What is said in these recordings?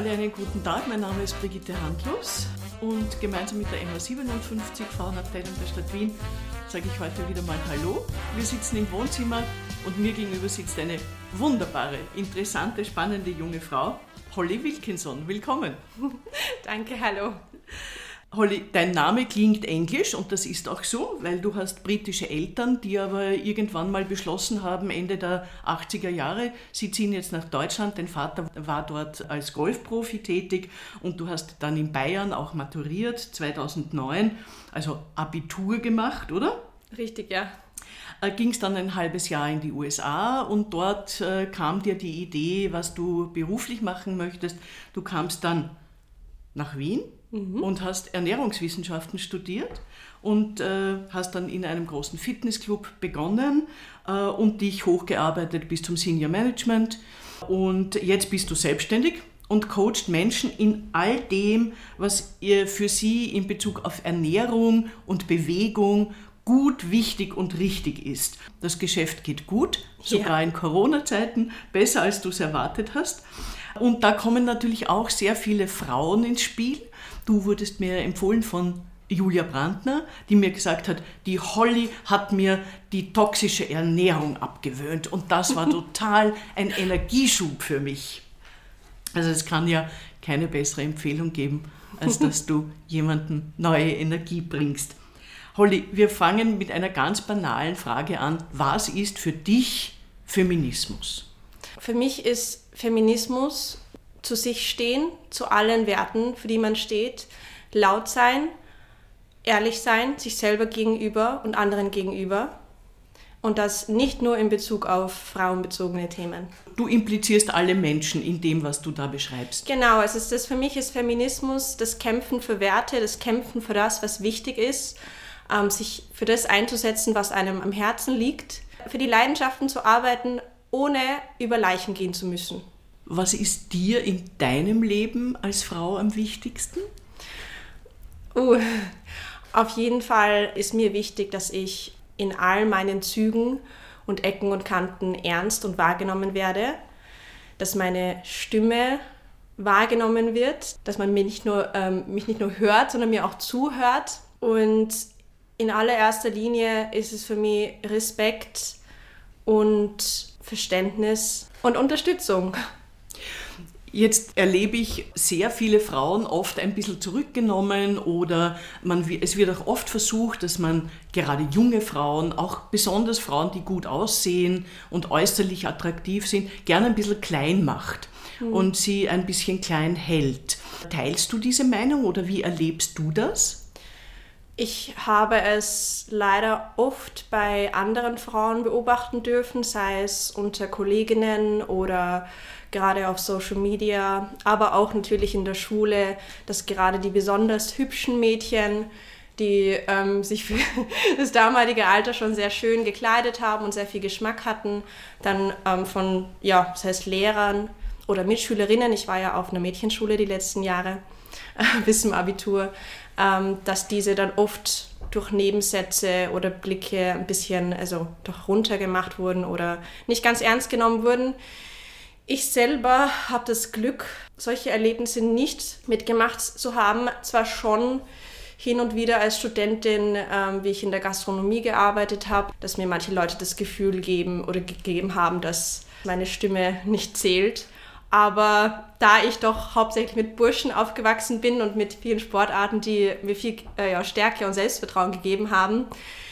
alle einen guten Tag. Mein Name ist Brigitte Handlos und gemeinsam mit der MA57 Frauenabteilung der Stadt Wien sage ich heute wieder mal Hallo. Wir sitzen im Wohnzimmer und mir gegenüber sitzt eine wunderbare, interessante, spannende junge Frau, Holly Wilkinson. Willkommen. Danke, hallo. Holly, dein Name klingt englisch und das ist auch so, weil du hast britische Eltern, die aber irgendwann mal beschlossen haben, Ende der 80er Jahre, sie ziehen jetzt nach Deutschland. Dein Vater war dort als Golfprofi tätig und du hast dann in Bayern auch maturiert, 2009, also Abitur gemacht, oder? Richtig, ja. Ging es dann ein halbes Jahr in die USA und dort kam dir die Idee, was du beruflich machen möchtest. Du kamst dann nach Wien und hast Ernährungswissenschaften studiert und hast dann in einem großen Fitnessclub begonnen und dich hochgearbeitet bis zum Senior Management. Und jetzt bist du selbstständig und coacht Menschen in all dem, was für sie in Bezug auf Ernährung und Bewegung gut, wichtig und richtig ist. Das Geschäft geht gut, sogar in Corona-Zeiten, besser als du es erwartet hast. Und da kommen natürlich auch sehr viele Frauen ins Spiel. Du wurdest mir empfohlen von Julia Brandner, die mir gesagt hat, die Holly hat mir die toxische Ernährung abgewöhnt und das war total ein Energieschub für mich. Also es kann ja keine bessere Empfehlung geben, als dass du jemandem neue Energie bringst. Holly, wir fangen mit einer ganz banalen Frage an. Was ist für dich Feminismus? Für mich ist Feminismus zu sich stehen, zu allen Werten, für die man steht, laut sein, ehrlich sein, sich selber gegenüber und anderen gegenüber. Und das nicht nur in Bezug auf frauenbezogene Themen. Du implizierst alle Menschen in dem, was du da beschreibst. Genau, für mich ist Feminismus das Kämpfen für Werte, das Kämpfen für das, was wichtig ist, sich für das einzusetzen, was einem am Herzen liegt, für die Leidenschaften zu arbeiten, ohne über Leichen gehen zu müssen. Was ist dir in deinem Leben als Frau am wichtigsten? Auf jeden Fall ist mir wichtig, dass ich in all meinen Zügen und Ecken und Kanten ernst und wahrgenommen werde, dass meine Stimme wahrgenommen wird, dass man mich nicht nur hört, sondern mir auch zuhört. Und in allererster Linie ist es für mich Respekt und Verständnis und Unterstützung. Jetzt erlebe ich sehr viele Frauen oft ein bisschen zurückgenommen oder es wird auch oft versucht, dass man gerade junge Frauen, auch besonders Frauen, die gut aussehen und äußerlich attraktiv sind, gerne ein bisschen klein macht und sie ein bisschen klein hält. Teilst du diese Meinung oder wie erlebst du das? Ich habe es leider oft bei anderen Frauen beobachten dürfen, sei es unter Kolleginnen oder gerade auf Social Media, aber auch natürlich in der Schule, dass gerade die besonders hübschen Mädchen, die sich für das damalige Alter schon sehr schön gekleidet haben und sehr viel Geschmack hatten, dann das heißt Lehrern oder Mitschülerinnen, ich war ja auf einer Mädchenschule die letzten Jahre bis zum Abitur, dass diese dann oft durch Nebensätze oder Blicke ein bisschen doch runtergemacht wurden oder nicht ganz ernst genommen wurden. Ich selber habe das Glück, solche Erlebnisse nicht mitgemacht zu haben, zwar schon hin und wieder als Studentin, wie ich in der Gastronomie gearbeitet habe, dass mir manche Leute das Gefühl gegeben haben, dass meine Stimme nicht zählt. Aber da ich doch hauptsächlich mit Burschen aufgewachsen bin und mit vielen Sportarten, die mir viel Stärke und Selbstvertrauen gegeben haben,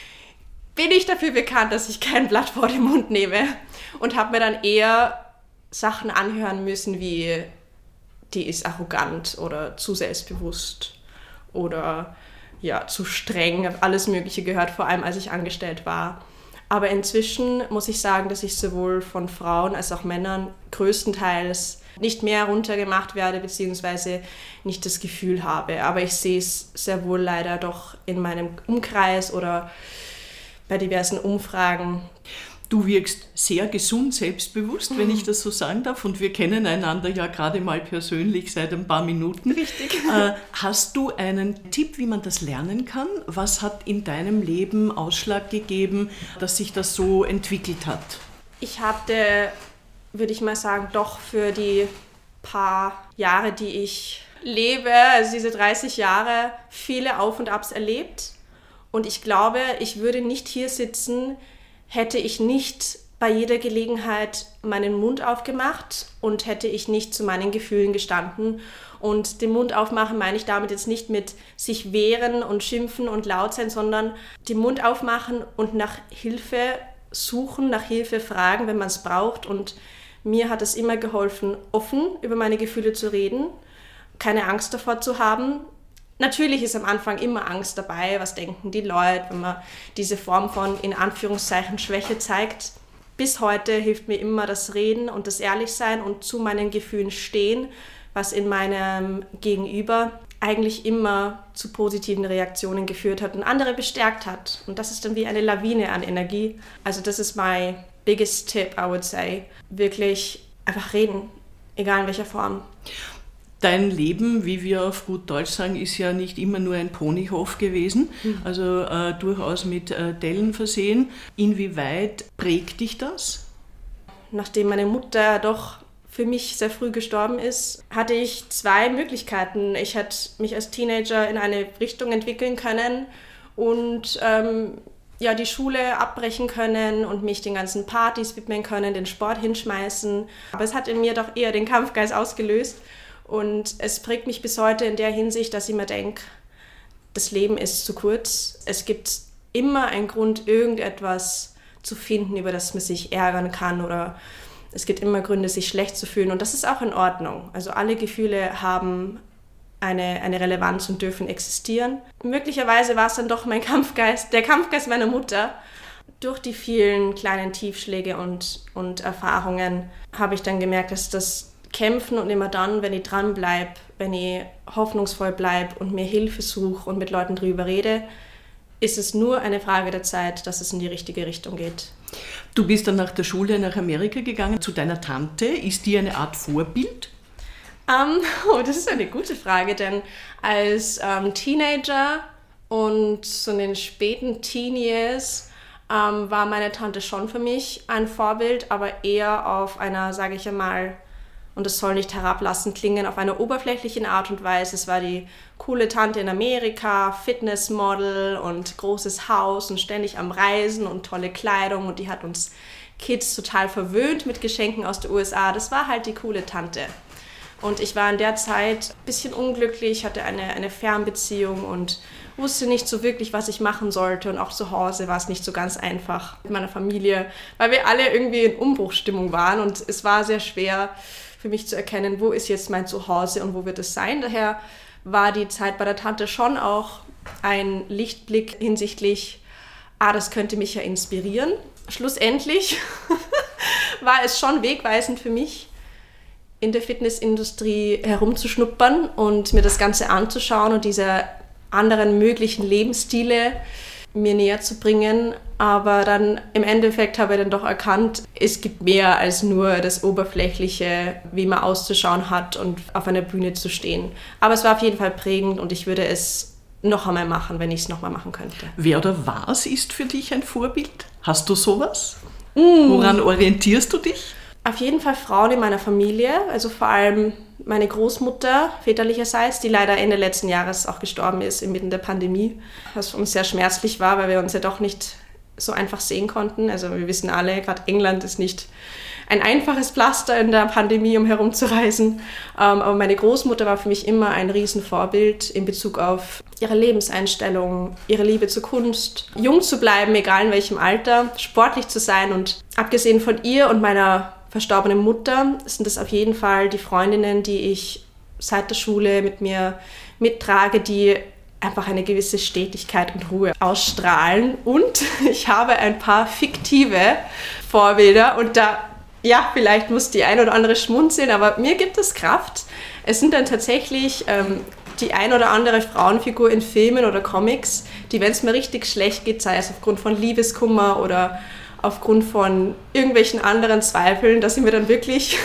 bin ich dafür bekannt, dass ich kein Blatt vor den Mund nehme und habe mir dann eher Sachen anhören müssen wie, die ist arrogant oder zu selbstbewusst oder zu streng. Ich habe alles Mögliche gehört, vor allem als ich angestellt war. Aber inzwischen muss ich sagen, dass ich sowohl von Frauen als auch Männern größtenteils nicht mehr runtergemacht werde, beziehungsweise nicht das Gefühl habe. Aber ich sehe es sehr wohl leider doch in meinem Umkreis oder bei diversen Umfragen. Du wirkst sehr gesund, selbstbewusst, wenn ich das so sagen darf. Und wir kennen einander ja gerade mal persönlich seit ein paar Minuten. Richtig. Hast du einen Tipp, wie man das lernen kann? Was hat in deinem Leben Ausschlag gegeben, dass sich das so entwickelt hat? Ich hatte, würde ich mal sagen, doch für die paar Jahre, die ich lebe, also diese 30 Jahre, viele Auf und Abs erlebt. Und ich glaube, ich würde nicht hier sitzen, hätte ich nicht bei jeder Gelegenheit meinen Mund aufgemacht und hätte ich nicht zu meinen Gefühlen gestanden. Und den Mund aufmachen meine ich damit jetzt nicht mit sich wehren und schimpfen und laut sein, sondern den Mund aufmachen und nach Hilfe suchen, nach Hilfe fragen, wenn man es braucht. Und mir hat es immer geholfen, offen über meine Gefühle zu reden, keine Angst davor zu haben. Natürlich ist am Anfang immer Angst dabei, was denken die Leute, wenn man diese Form von, in Anführungszeichen, Schwäche zeigt. Bis heute hilft mir immer das Reden und das Ehrlichsein und zu meinen Gefühlen stehen, was in meinem Gegenüber eigentlich immer zu positiven Reaktionen geführt hat und andere bestärkt hat. Und das ist dann wie eine Lawine an Energie. Also das ist my biggest tip, I would say. Wirklich einfach reden, egal in welcher Form. Dein Leben, wie wir auf gut Deutsch sagen, ist ja nicht immer nur ein Ponyhof gewesen, also durchaus mit Dellen versehen. Inwieweit prägt dich das? Nachdem meine Mutter doch für mich sehr früh gestorben ist, hatte ich zwei Möglichkeiten. Ich hätte mich als Teenager in eine Richtung entwickeln können und die Schule abbrechen können und mich den ganzen Partys widmen können, den Sport hinschmeißen. Aber es hat in mir doch eher den Kampfgeist ausgelöst. Und es prägt mich bis heute in der Hinsicht, dass ich mir denke, das Leben ist zu kurz. Es gibt immer einen Grund, irgendetwas zu finden, über das man sich ärgern kann, oder es gibt immer Gründe, sich schlecht zu fühlen. Und das ist auch in Ordnung. Also alle Gefühle haben eine Relevanz und dürfen existieren. Möglicherweise war es dann doch mein Kampfgeist, der Kampfgeist meiner Mutter. Durch die vielen kleinen Tiefschläge und Erfahrungen habe ich dann gemerkt, dass das Kämpfen und immer dann, wenn ich dranbleibe, wenn ich hoffnungsvoll bleibe und mir Hilfe suche und mit Leuten drüber rede, ist es nur eine Frage der Zeit, dass es in die richtige Richtung geht. Du bist dann nach der Schule nach Amerika gegangen, zu deiner Tante. Ist die eine Art Vorbild? Das ist eine gute Frage, denn als Teenager und so in den späten Teen Years war meine Tante schon für mich ein Vorbild, aber eher auf einer, sage ich einmal, und das soll nicht herablassend klingen, auf einer oberflächlichen Art und Weise. Es war die coole Tante in Amerika, Fitnessmodel und großes Haus und ständig am Reisen und tolle Kleidung. Und die hat uns Kids total verwöhnt mit Geschenken aus den USA. Das war halt die coole Tante. Und ich war in der Zeit ein bisschen unglücklich, hatte eine Fernbeziehung und wusste nicht so wirklich, was ich machen sollte. Und auch zu Hause war es nicht so ganz einfach mit meiner Familie, weil wir alle irgendwie in Umbruchsstimmung waren. Und es war sehr schwer für mich zu erkennen, wo ist jetzt mein Zuhause und wo wird es sein. Daher war die Zeit bei der Tante schon auch ein Lichtblick hinsichtlich, das könnte mich ja inspirieren. Schlussendlich war es schon wegweisend für mich, in der Fitnessindustrie herumzuschnuppern und mir das Ganze anzuschauen und diese anderen möglichen Lebensstile mir näher zu bringen. Aber dann im Endeffekt habe ich dann doch erkannt, es gibt mehr als nur das Oberflächliche, wie man auszuschauen hat und auf einer Bühne zu stehen. Aber es war auf jeden Fall prägend und ich würde es noch einmal machen, wenn ich es noch mal machen könnte. Wer oder was ist für dich ein Vorbild? Hast du sowas? Woran orientierst du dich? Auf jeden Fall Frauen in meiner Familie, also vor allem meine Großmutter väterlicherseits, die leider Ende letzten Jahres auch gestorben ist, inmitten der Pandemie, was für uns sehr schmerzlich war, weil wir uns ja doch nicht so einfach sehen konnten. Also wir wissen alle, gerade England ist nicht ein einfaches Pflaster in der Pandemie, um herumzureisen. Aber meine Großmutter war für mich immer ein Riesenvorbild in Bezug auf ihre Lebenseinstellung, ihre Liebe zur Kunst, jung zu bleiben, egal in welchem Alter, sportlich zu sein. Und abgesehen von ihr und meiner verstorbenen Mutter sind das auf jeden Fall die Freundinnen, die ich seit der Schule mit mir mittrage, die einfach eine gewisse Stetigkeit und Ruhe ausstrahlen. Und ich habe ein paar fiktive Vorbilder und vielleicht muss die ein oder andere schmunzeln, aber mir gibt es Kraft. Es sind dann tatsächlich die ein oder andere Frauenfigur in Filmen oder Comics, die, wenn es mir richtig schlecht geht, sei es aufgrund von Liebeskummer oder aufgrund von irgendwelchen anderen Zweifeln, dass ich mir dann wirklich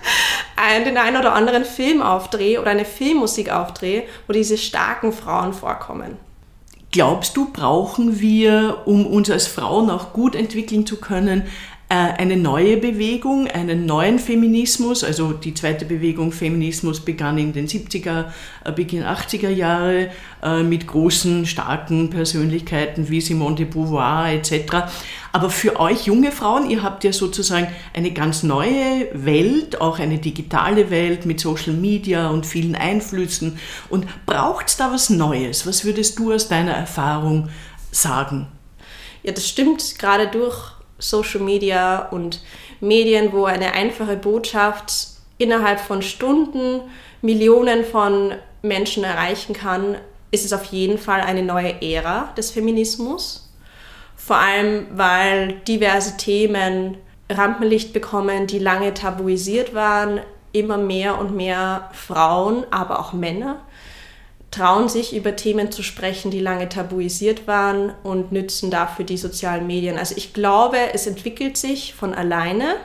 den einen oder anderen Film aufdrehe oder eine Filmmusik aufdrehe, wo diese starken Frauen vorkommen. Glaubst du, brauchen wir, um uns als Frauen auch gut entwickeln zu können, eine neue Bewegung, einen neuen Feminismus. Also die zweite Bewegung Feminismus begann in den 70er, Beginn 80er Jahre mit großen, starken Persönlichkeiten wie Simone de Beauvoir etc. Aber für euch junge Frauen, ihr habt ja sozusagen eine ganz neue Welt, auch eine digitale Welt mit Social Media und vielen Einflüssen. Und braucht es da was Neues? Was würdest du aus deiner Erfahrung sagen? Ja, das stimmt, gerade durch Social Media und Medien, wo eine einfache Botschaft innerhalb von Stunden Millionen von Menschen erreichen kann, ist es auf jeden Fall eine neue Ära des Feminismus. Vor allem, weil diverse Themen Rampenlicht bekommen, die lange tabuisiert waren. Immer mehr und mehr Frauen, aber auch Männer trauen sich, über Themen zu sprechen, die lange tabuisiert waren und nützen dafür die sozialen Medien. Also ich glaube, es entwickelt sich von alleine.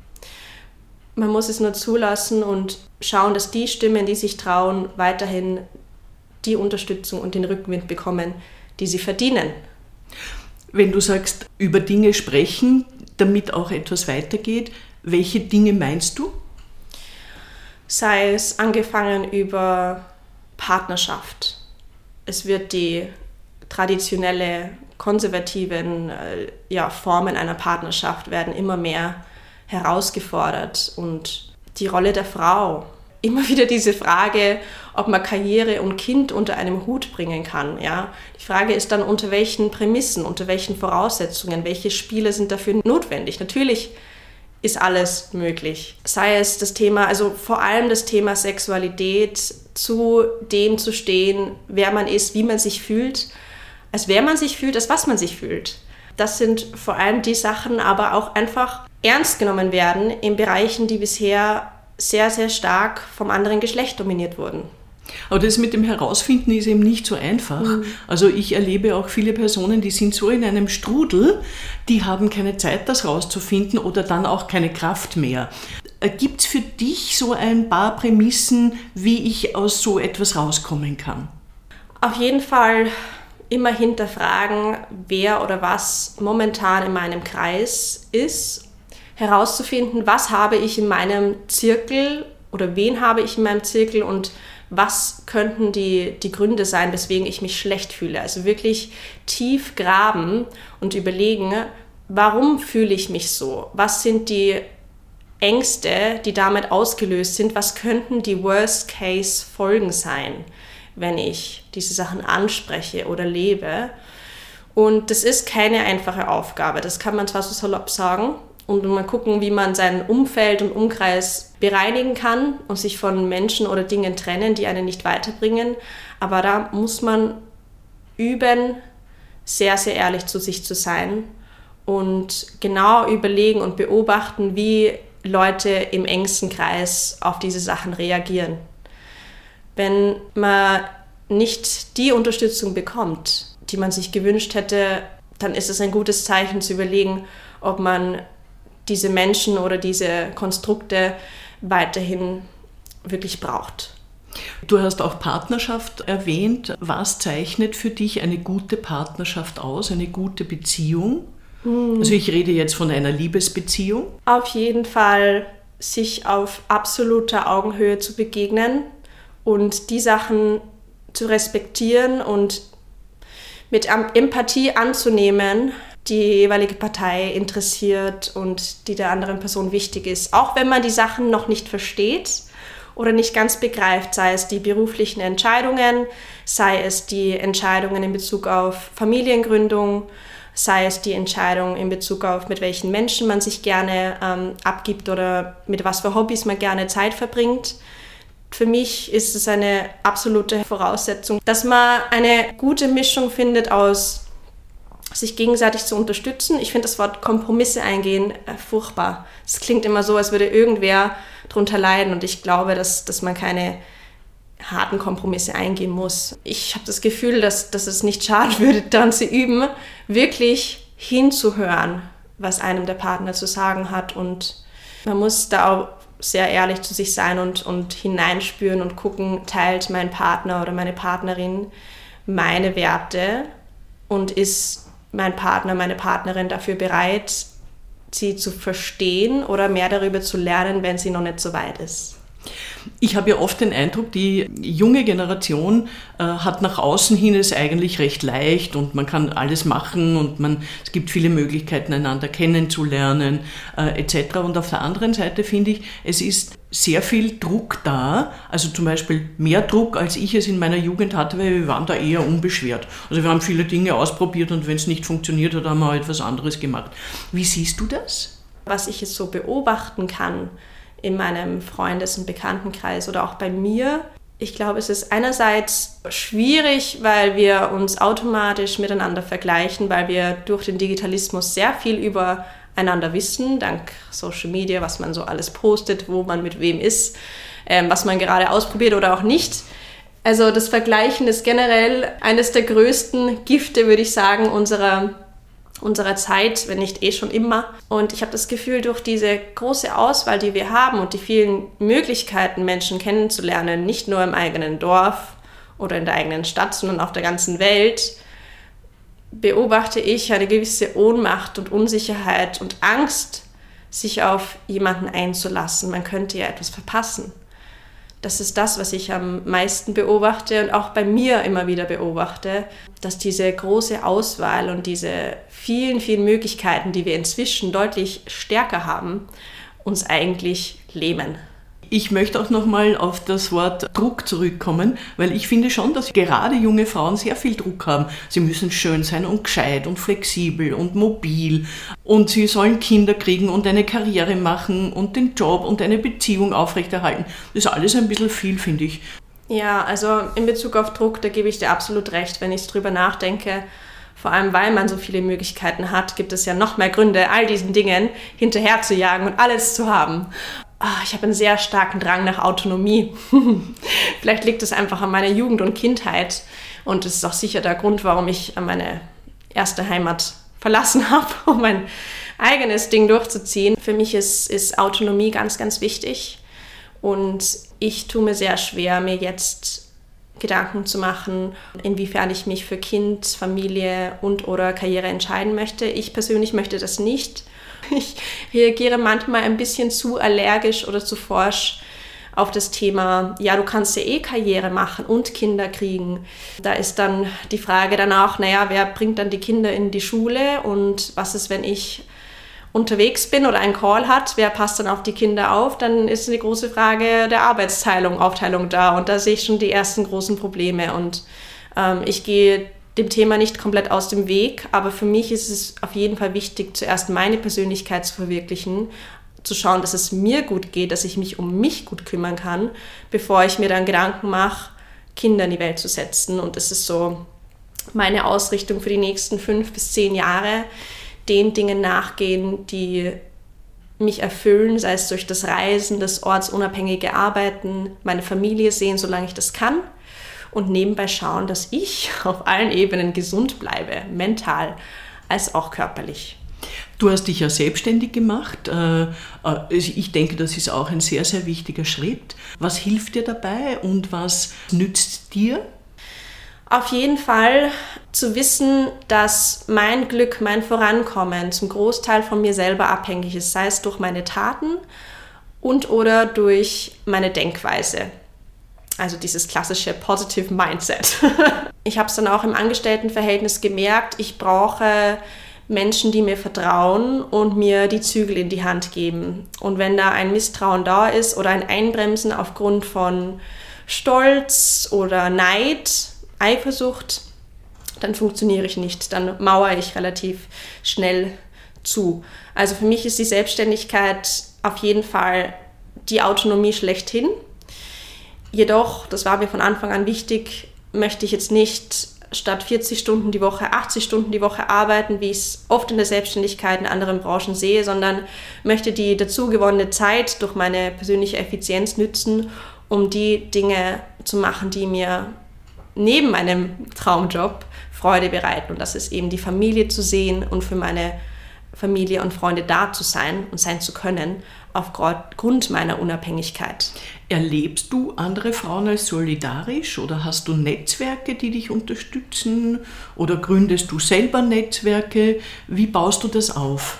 Man muss es nur zulassen und schauen, dass die Stimmen, die sich trauen, weiterhin die Unterstützung und den Rückenwind bekommen, die sie verdienen. Wenn du sagst, über Dinge sprechen, damit auch etwas weitergeht, welche Dinge meinst du? Sei es angefangen über Partnerschaft. Es wird die traditionelle, konservativen Formen einer Partnerschaft werden immer mehr herausgefordert und die Rolle der Frau. Immer wieder diese Frage, ob man Karriere und Kind unter einem Hut bringen kann. Ja? Die Frage ist dann, unter welchen Prämissen, unter welchen Voraussetzungen, welche Spiele sind dafür notwendig. Natürlich ist alles möglich. Sei es das Thema, also vor allem das Thema Sexualität, zu dem zu stehen, wer man ist, wie man sich fühlt, als wer man sich fühlt, als was man sich fühlt. Das sind vor allem die Sachen, aber auch einfach ernst genommen werden in Bereichen, die bisher sehr, sehr stark vom anderen Geschlecht dominiert wurden. Aber das mit dem Herausfinden ist eben nicht so einfach. Also ich erlebe auch viele Personen, die sind so in einem Strudel, die haben keine Zeit, das rauszufinden oder dann auch keine Kraft mehr. Gibt es für dich so ein paar Prämissen, wie ich aus so etwas rauskommen kann? Auf jeden Fall immer hinterfragen, wer oder was momentan in meinem Kreis ist. Herauszufinden, was habe ich in meinem Zirkel oder wen habe ich in meinem Zirkel und was könnten die Gründe sein, weswegen ich mich schlecht fühle. Also wirklich tief graben und überlegen, warum fühle ich mich so? Was sind die Ängste, die damit ausgelöst sind? Was könnten die Worst-Case-Folgen sein, wenn ich diese Sachen anspreche oder lebe? Und das ist keine einfache Aufgabe. Das kann man zwar so salopp sagen, und mal gucken, wie man sein Umfeld und Umkreis bereinigen kann und sich von Menschen oder Dingen trennen, die einen nicht weiterbringen. Aber da muss man üben, sehr, sehr ehrlich zu sich zu sein und genau überlegen und beobachten, wie Leute im engsten Kreis auf diese Sachen reagieren. Wenn man nicht die Unterstützung bekommt, die man sich gewünscht hätte, dann ist es ein gutes Zeichen zu überlegen, ob man diese Menschen oder diese Konstrukte weiterhin wirklich braucht. Du hast auch Partnerschaft erwähnt. Was zeichnet für dich eine gute Partnerschaft aus, eine gute Beziehung? Also ich rede jetzt von einer Liebesbeziehung. Auf jeden Fall sich auf absoluter Augenhöhe zu begegnen und die Sachen zu respektieren und mit Empathie anzunehmen, die jeweilige Partei interessiert und die der anderen Person wichtig ist. Auch wenn man die Sachen noch nicht versteht oder nicht ganz begreift, sei es die beruflichen Entscheidungen, sei es die Entscheidungen in Bezug auf Familiengründung, sei es die Entscheidung in Bezug auf, mit welchen Menschen man sich gerne abgibt oder mit was für Hobbys man gerne Zeit verbringt. Für mich ist es eine absolute Voraussetzung, dass man eine gute Mischung findet aus sich gegenseitig zu unterstützen. Ich finde das Wort Kompromisse eingehen furchtbar. Es klingt immer so, als würde irgendwer drunter leiden und ich glaube, dass man keine harten Kompromisse eingehen muss. Ich habe das Gefühl, dass es nicht schaden würde, daran zu üben, wirklich hinzuhören, was einem der Partner zu sagen hat und man muss da auch sehr ehrlich zu sich sein und hineinspüren und gucken, teilt mein Partner oder meine Partnerin meine Werte und ist mein Partner, meine Partnerin dafür bereit, sie zu verstehen oder mehr darüber zu lernen, wenn sie noch nicht so weit ist? Ich habe ja oft den Eindruck, die junge Generation hat nach außen hin es eigentlich recht leicht und man kann alles machen und es gibt viele Möglichkeiten, einander kennenzulernen etc. Und auf der anderen Seite finde ich, es ist sehr viel Druck da, also zum Beispiel mehr Druck, als ich es in meiner Jugend hatte, weil wir waren da eher unbeschwert. Also wir haben viele Dinge ausprobiert und wenn es nicht funktioniert hat, haben wir halt etwas anderes gemacht. Wie siehst du das? Was ich jetzt so beobachten kann, in meinem Freundes- und Bekanntenkreis oder auch bei mir. Ich glaube, es ist einerseits schwierig, weil wir uns automatisch miteinander vergleichen, weil wir durch den Digitalismus sehr viel übereinander wissen, dank Social Media, was man so alles postet, wo man mit wem ist, was man gerade ausprobiert oder auch nicht. Also das Vergleichen ist generell eines der größten Gifte, würde ich sagen, unserer Zeit, wenn nicht schon immer. Und ich habe das Gefühl, durch diese große Auswahl, die wir haben und die vielen Möglichkeiten, Menschen kennenzulernen, nicht nur im eigenen Dorf oder in der eigenen Stadt, sondern auf der ganzen Welt, beobachte ich eine gewisse Ohnmacht und Unsicherheit und Angst, sich auf jemanden einzulassen. Man könnte ja etwas verpassen. Das ist das, was ich am meisten beobachte und auch bei mir immer wieder beobachte, dass diese große Auswahl und diese vielen, vielen Möglichkeiten, die wir inzwischen deutlich stärker haben, uns eigentlich lähmen. Ich möchte auch nochmal auf das Wort Druck zurückkommen, weil ich finde schon, dass gerade junge Frauen sehr viel Druck haben. Sie müssen schön sein und gescheit und flexibel und mobil und sie sollen Kinder kriegen und eine Karriere machen und den Job und eine Beziehung aufrechterhalten. Das ist alles ein bisschen viel, finde ich. Ja, also in Bezug auf Druck, da gebe ich dir absolut recht, wenn ich drüber nachdenke. Vor allem, weil man so viele Möglichkeiten hat, gibt es ja noch mehr Gründe, all diesen Dingen hinterher zu jagen und alles zu haben. Ich habe einen sehr starken Drang nach Autonomie. Vielleicht liegt es einfach an meiner Jugend und Kindheit. Und es ist auch sicher der Grund, warum ich meine erste Heimat verlassen habe, um mein eigenes Ding durchzuziehen. Für mich ist Autonomie ganz, ganz wichtig. Und ich tue mir sehr schwer, mir jetzt Gedanken zu machen, inwiefern ich mich für Kind, Familie und/oder Karriere entscheiden möchte. Ich persönlich möchte das nicht. Ich reagiere manchmal ein bisschen zu allergisch oder zu forsch auf das Thema, ja, du kannst ja Karriere machen und Kinder kriegen. Da ist dann die Frage danach, naja, wer bringt dann die Kinder in die Schule und was ist, wenn ich unterwegs bin oder einen Call hat, wer passt dann auf die Kinder auf? Dann ist eine große Frage der Aufteilung da und da sehe ich schon die ersten großen Probleme und ich gehe dem Thema nicht komplett aus dem Weg, aber für mich ist es auf jeden Fall wichtig, zuerst meine Persönlichkeit zu verwirklichen, zu schauen, dass es mir gut geht, dass ich mich um mich gut kümmern kann, bevor ich mir dann Gedanken mache, Kinder in die Welt zu setzen. Und das ist so meine Ausrichtung für die nächsten 5 bis 10 Jahre, den Dingen nachgehen, die mich erfüllen, sei es durch das Reisen, das ortsunabhängige Arbeiten, meine Familie sehen, solange ich das kann. Und nebenbei schauen, dass ich auf allen Ebenen gesund bleibe, mental als auch körperlich. Du hast dich ja selbstständig gemacht. Ich denke, das ist auch ein sehr, sehr wichtiger Schritt. Was hilft dir dabei und was nützt dir? Auf jeden Fall zu wissen, dass mein Glück, mein Vorankommen zum Großteil von mir selber abhängig ist, sei es durch meine Taten und/oder durch meine Denkweise. Also dieses klassische Positive Mindset. Ich habe es dann auch im Angestelltenverhältnis gemerkt, ich brauche Menschen, die mir vertrauen und mir die Zügel in die Hand geben. Und wenn da ein Misstrauen da ist oder ein Einbremsen aufgrund von Stolz oder Neid, Eifersucht, dann funktioniere ich nicht. Dann mauere ich relativ schnell zu. Also für mich ist die Selbstständigkeit auf jeden Fall die Autonomie schlechthin. Jedoch, das war mir von Anfang an wichtig, möchte ich jetzt nicht statt 40 Stunden die Woche 80 Stunden die Woche arbeiten, wie ich es oft in der Selbstständigkeit in anderen Branchen sehe, sondern möchte die dazu gewonnene Zeit durch meine persönliche Effizienz nützen, um die Dinge zu machen, die mir neben meinem Traumjob Freude bereiten. Und das ist eben die Familie zu sehen und für meine Familie und Freunde da zu sein und sein zu können, aufgrund meiner Unabhängigkeit. Erlebst du andere Frauen als solidarisch oder hast du Netzwerke, die dich unterstützen oder gründest du selber Netzwerke? Wie baust du das auf?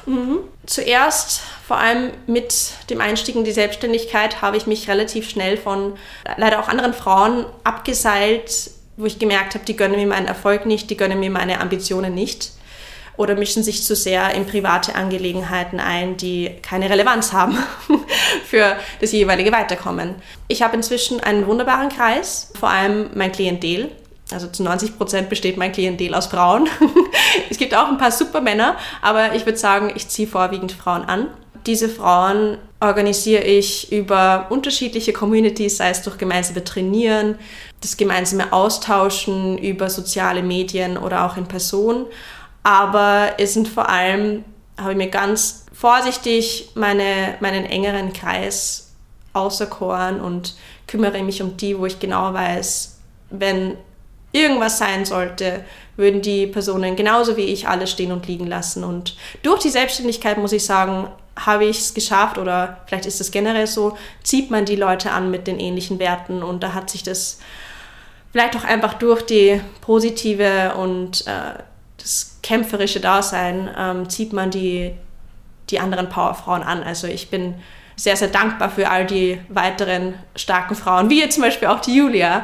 Zuerst, vor allem mit dem Einstieg in die Selbstständigkeit, habe ich mich relativ schnell von leider auch anderen Frauen abgeseilt, wo ich gemerkt habe, die gönnen mir meinen Erfolg nicht, die gönnen mir meine Ambitionen nicht oder mischen sich zu sehr in private Angelegenheiten ein, die keine Relevanz haben für das jeweilige Weiterkommen. Ich habe inzwischen einen wunderbaren Kreis, vor allem mein Klientel. Also zu 90% besteht mein Klientel aus Frauen. Es gibt auch ein paar super Männer, aber ich würde sagen, ich ziehe vorwiegend Frauen an. Diese Frauen organisiere ich über unterschiedliche Communities, sei es durch gemeinsame Trainieren, das gemeinsame Austauschen über soziale Medien oder auch in Person. Aber es sind vor allem, habe ich mir ganz vorsichtig meinen engeren Kreis auserkoren und kümmere mich um die, wo ich genau weiß, wenn irgendwas sein sollte, würden die Personen genauso wie ich alles stehen und liegen lassen. Und durch die Selbstständigkeit, muss ich sagen, habe ich es geschafft, oder vielleicht ist es generell so, zieht man die Leute an mit den ähnlichen Werten, und da hat sich das vielleicht auch einfach durch die positive und das kämpferische Dasein zieht man die anderen Powerfrauen an. Also ich bin sehr, sehr dankbar für all die weiteren starken Frauen, wie jetzt zum Beispiel auch die Julia,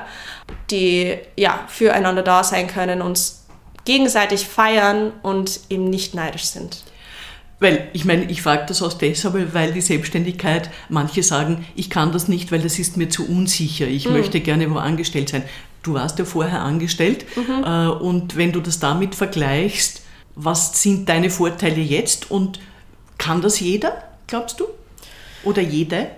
die ja füreinander da sein können, uns gegenseitig feiern und eben nicht neidisch sind. Weil, ich meine, ich frage das auch deshalb, weil die Selbstständigkeit, manche sagen, ich kann das nicht, weil das ist mir zu unsicher, ich möchte gerne wo angestellt sein. Du warst ja vorher angestellt und wenn du das damit vergleichst, was sind deine Vorteile jetzt und kann das jeder, glaubst du? Oder jede?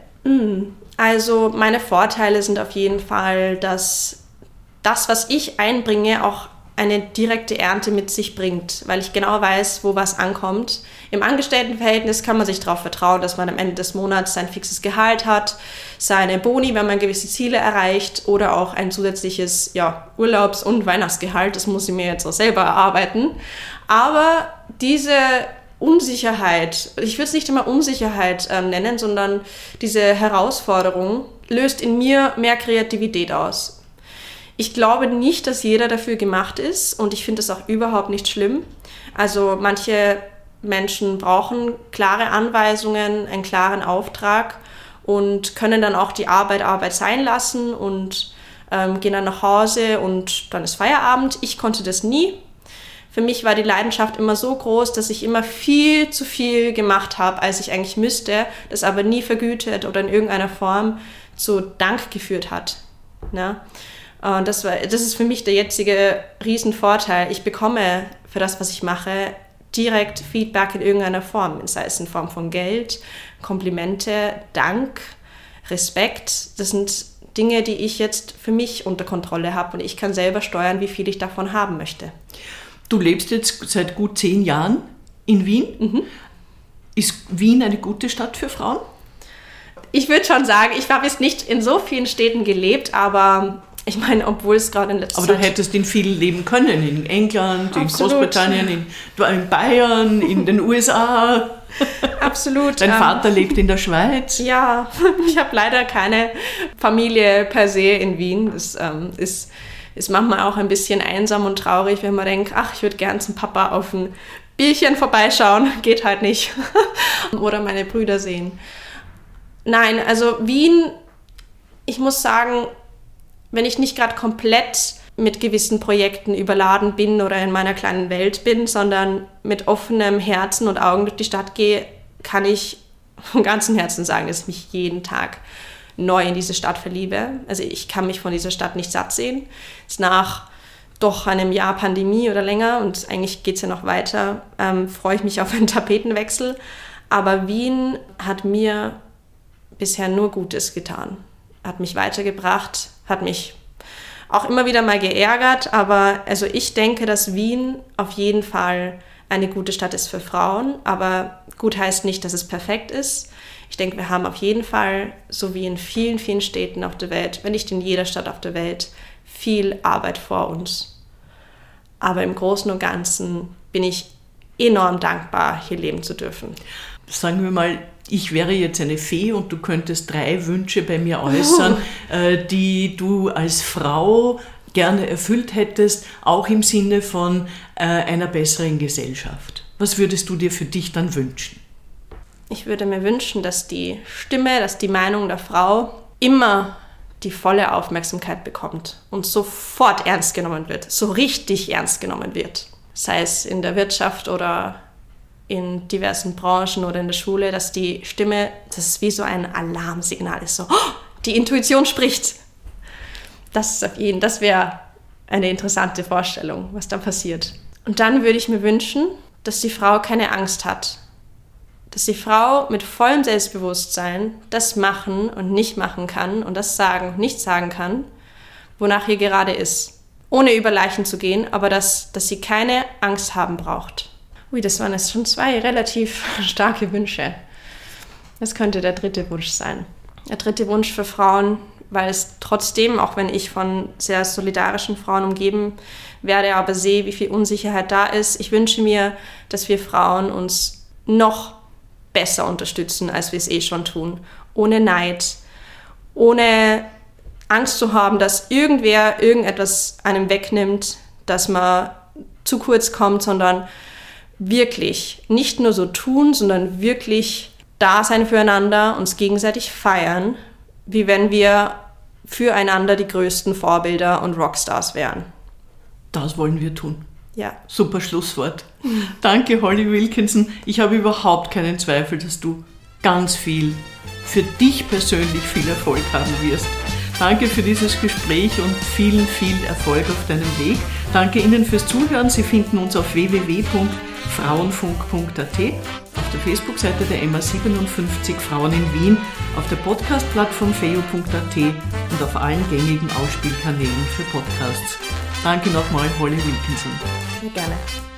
Also meine Vorteile sind auf jeden Fall, dass das, was ich einbringe, auch eine direkte Ernte mit sich bringt, weil ich genau weiß, wo was ankommt. Im Angestelltenverhältnis kann man sich darauf vertrauen, dass man am Ende des Monats sein fixes Gehalt hat, seine Boni, wenn man gewisse Ziele erreicht, oder auch ein zusätzliches Urlaubs- und Weihnachtsgehalt. Das muss ich mir jetzt auch selber erarbeiten. Aber diese Unsicherheit, ich würde es nicht immer Unsicherheit nennen, sondern diese Herausforderung löst in mir mehr Kreativität aus. Ich glaube nicht, dass jeder dafür gemacht ist, und ich finde das auch überhaupt nicht schlimm. Also manche Menschen brauchen klare Anweisungen, einen klaren Auftrag und können dann auch die Arbeit sein lassen und gehen dann nach Hause und dann ist Feierabend. Ich konnte das nie. Für mich war die Leidenschaft immer so groß, dass ich immer viel zu viel gemacht habe, als ich eigentlich müsste, das aber nie vergütet oder in irgendeiner Form zu Dank geführt hat. Ja? Und das ist für mich der jetzige Riesenvorteil. Ich bekomme für das, was ich mache, direkt Feedback in irgendeiner Form, sei es in Form von Geld, Komplimente, Dank, Respekt. Das sind Dinge, die ich jetzt für mich unter Kontrolle habe, und ich kann selber steuern, wie viel ich davon haben möchte. Du lebst jetzt seit gut 10 Jahren in Wien. Ist Wien eine gute Stadt für Frauen? Ich würde schon sagen, ich habe jetzt nicht in so vielen Städten gelebt, aber ich meine, obwohl es gerade in letzter Zeit... Aber du hättest in vielen leben können, in England, in Großbritannien, in Bayern, in den USA. Absolut. Dein Vater lebt in der Schweiz. Ja, ich habe leider keine Familie per se in Wien. Das ist manchmal auch ein bisschen einsam und traurig, wenn man denkt, ach, ich würde gern zum Papa auf ein Bierchen vorbeischauen. Geht halt nicht. Oder meine Brüder sehen. Nein, also Wien, ich muss sagen, wenn ich nicht gerade komplett mit gewissen Projekten überladen bin oder in meiner kleinen Welt bin, sondern mit offenem Herzen und Augen durch die Stadt gehe, kann ich von ganzem Herzen sagen, dass ich mich jeden Tag neu in diese Stadt verliebe. Also ich kann mich von dieser Stadt nicht satt sehen. Jetzt nach doch einem Jahr Pandemie oder länger, und eigentlich geht es ja noch weiter, freue ich mich auf einen Tapetenwechsel. Aber Wien hat mir bisher nur Gutes getan. Hat mich weitergebracht, hat mich auch immer wieder mal geärgert, aber also ich denke, dass Wien auf jeden Fall eine gute Stadt ist für Frauen, aber gut heißt nicht, dass es perfekt ist. Ich denke, wir haben auf jeden Fall, so wie in vielen, vielen Städten auf der Welt, wenn nicht in jeder Stadt auf der Welt, viel Arbeit vor uns. Aber im Großen und Ganzen bin ich enorm dankbar, hier leben zu dürfen. Sagen wir mal, ich wäre jetzt eine Fee und du könntest 3 Wünsche bei mir äußern, die du als Frau gerne erfüllt hättest, auch im Sinne von einer besseren Gesellschaft. Was würdest du dir für dich dann wünschen? Ich würde mir wünschen, dass die Stimme, dass die Meinung der Frau immer die volle Aufmerksamkeit bekommt und sofort ernst genommen wird, so richtig ernst genommen wird. Sei es in der Wirtschaft oder in diversen Branchen oder in der Schule, dass die Stimme, das ist wie so ein Alarmsignal ist, so, oh, die Intuition spricht. Das wäre eine interessante Vorstellung, was da passiert. Und dann würde ich mir wünschen, dass die Frau keine Angst hat. Dass die Frau mit vollem Selbstbewusstsein das machen und nicht machen kann und das sagen und nicht sagen kann, wonach ihr gerade ist. Ohne über Leichen zu gehen, aber dass sie keine Angst haben braucht. Ui, das waren jetzt schon 2 relativ starke Wünsche. Das könnte der 3. Wunsch sein. Der 3. Wunsch für Frauen, weil es trotzdem, auch wenn ich von sehr solidarischen Frauen umgeben werde, aber sehe, wie viel Unsicherheit da ist, ich wünsche mir, dass wir Frauen uns noch besser unterstützen, als wir es eh schon tun. Ohne Neid, ohne Angst zu haben, dass irgendwer irgendetwas einem wegnimmt, dass man zu kurz kommt, sondern wirklich nicht nur so tun, sondern wirklich da sein füreinander, uns gegenseitig feiern, wie wenn wir füreinander die größten Vorbilder und Rockstars wären. Das wollen wir tun. Ja. Super Schlusswort. Danke, Holly Wilkinson. Ich habe überhaupt keinen Zweifel, dass du ganz viel, für dich persönlich viel Erfolg haben wirst. Danke für dieses Gespräch und viel Erfolg auf deinem Weg. Danke Ihnen fürs Zuhören. Sie finden uns auf www.frauenfunk.at, auf der Facebook-Seite der MA57 Frauen in Wien, auf der Podcast-Plattform feo.at und auf allen gängigen Ausspielkanälen für Podcasts. Danke nochmal, Holly Wilkinson. Sehr gerne.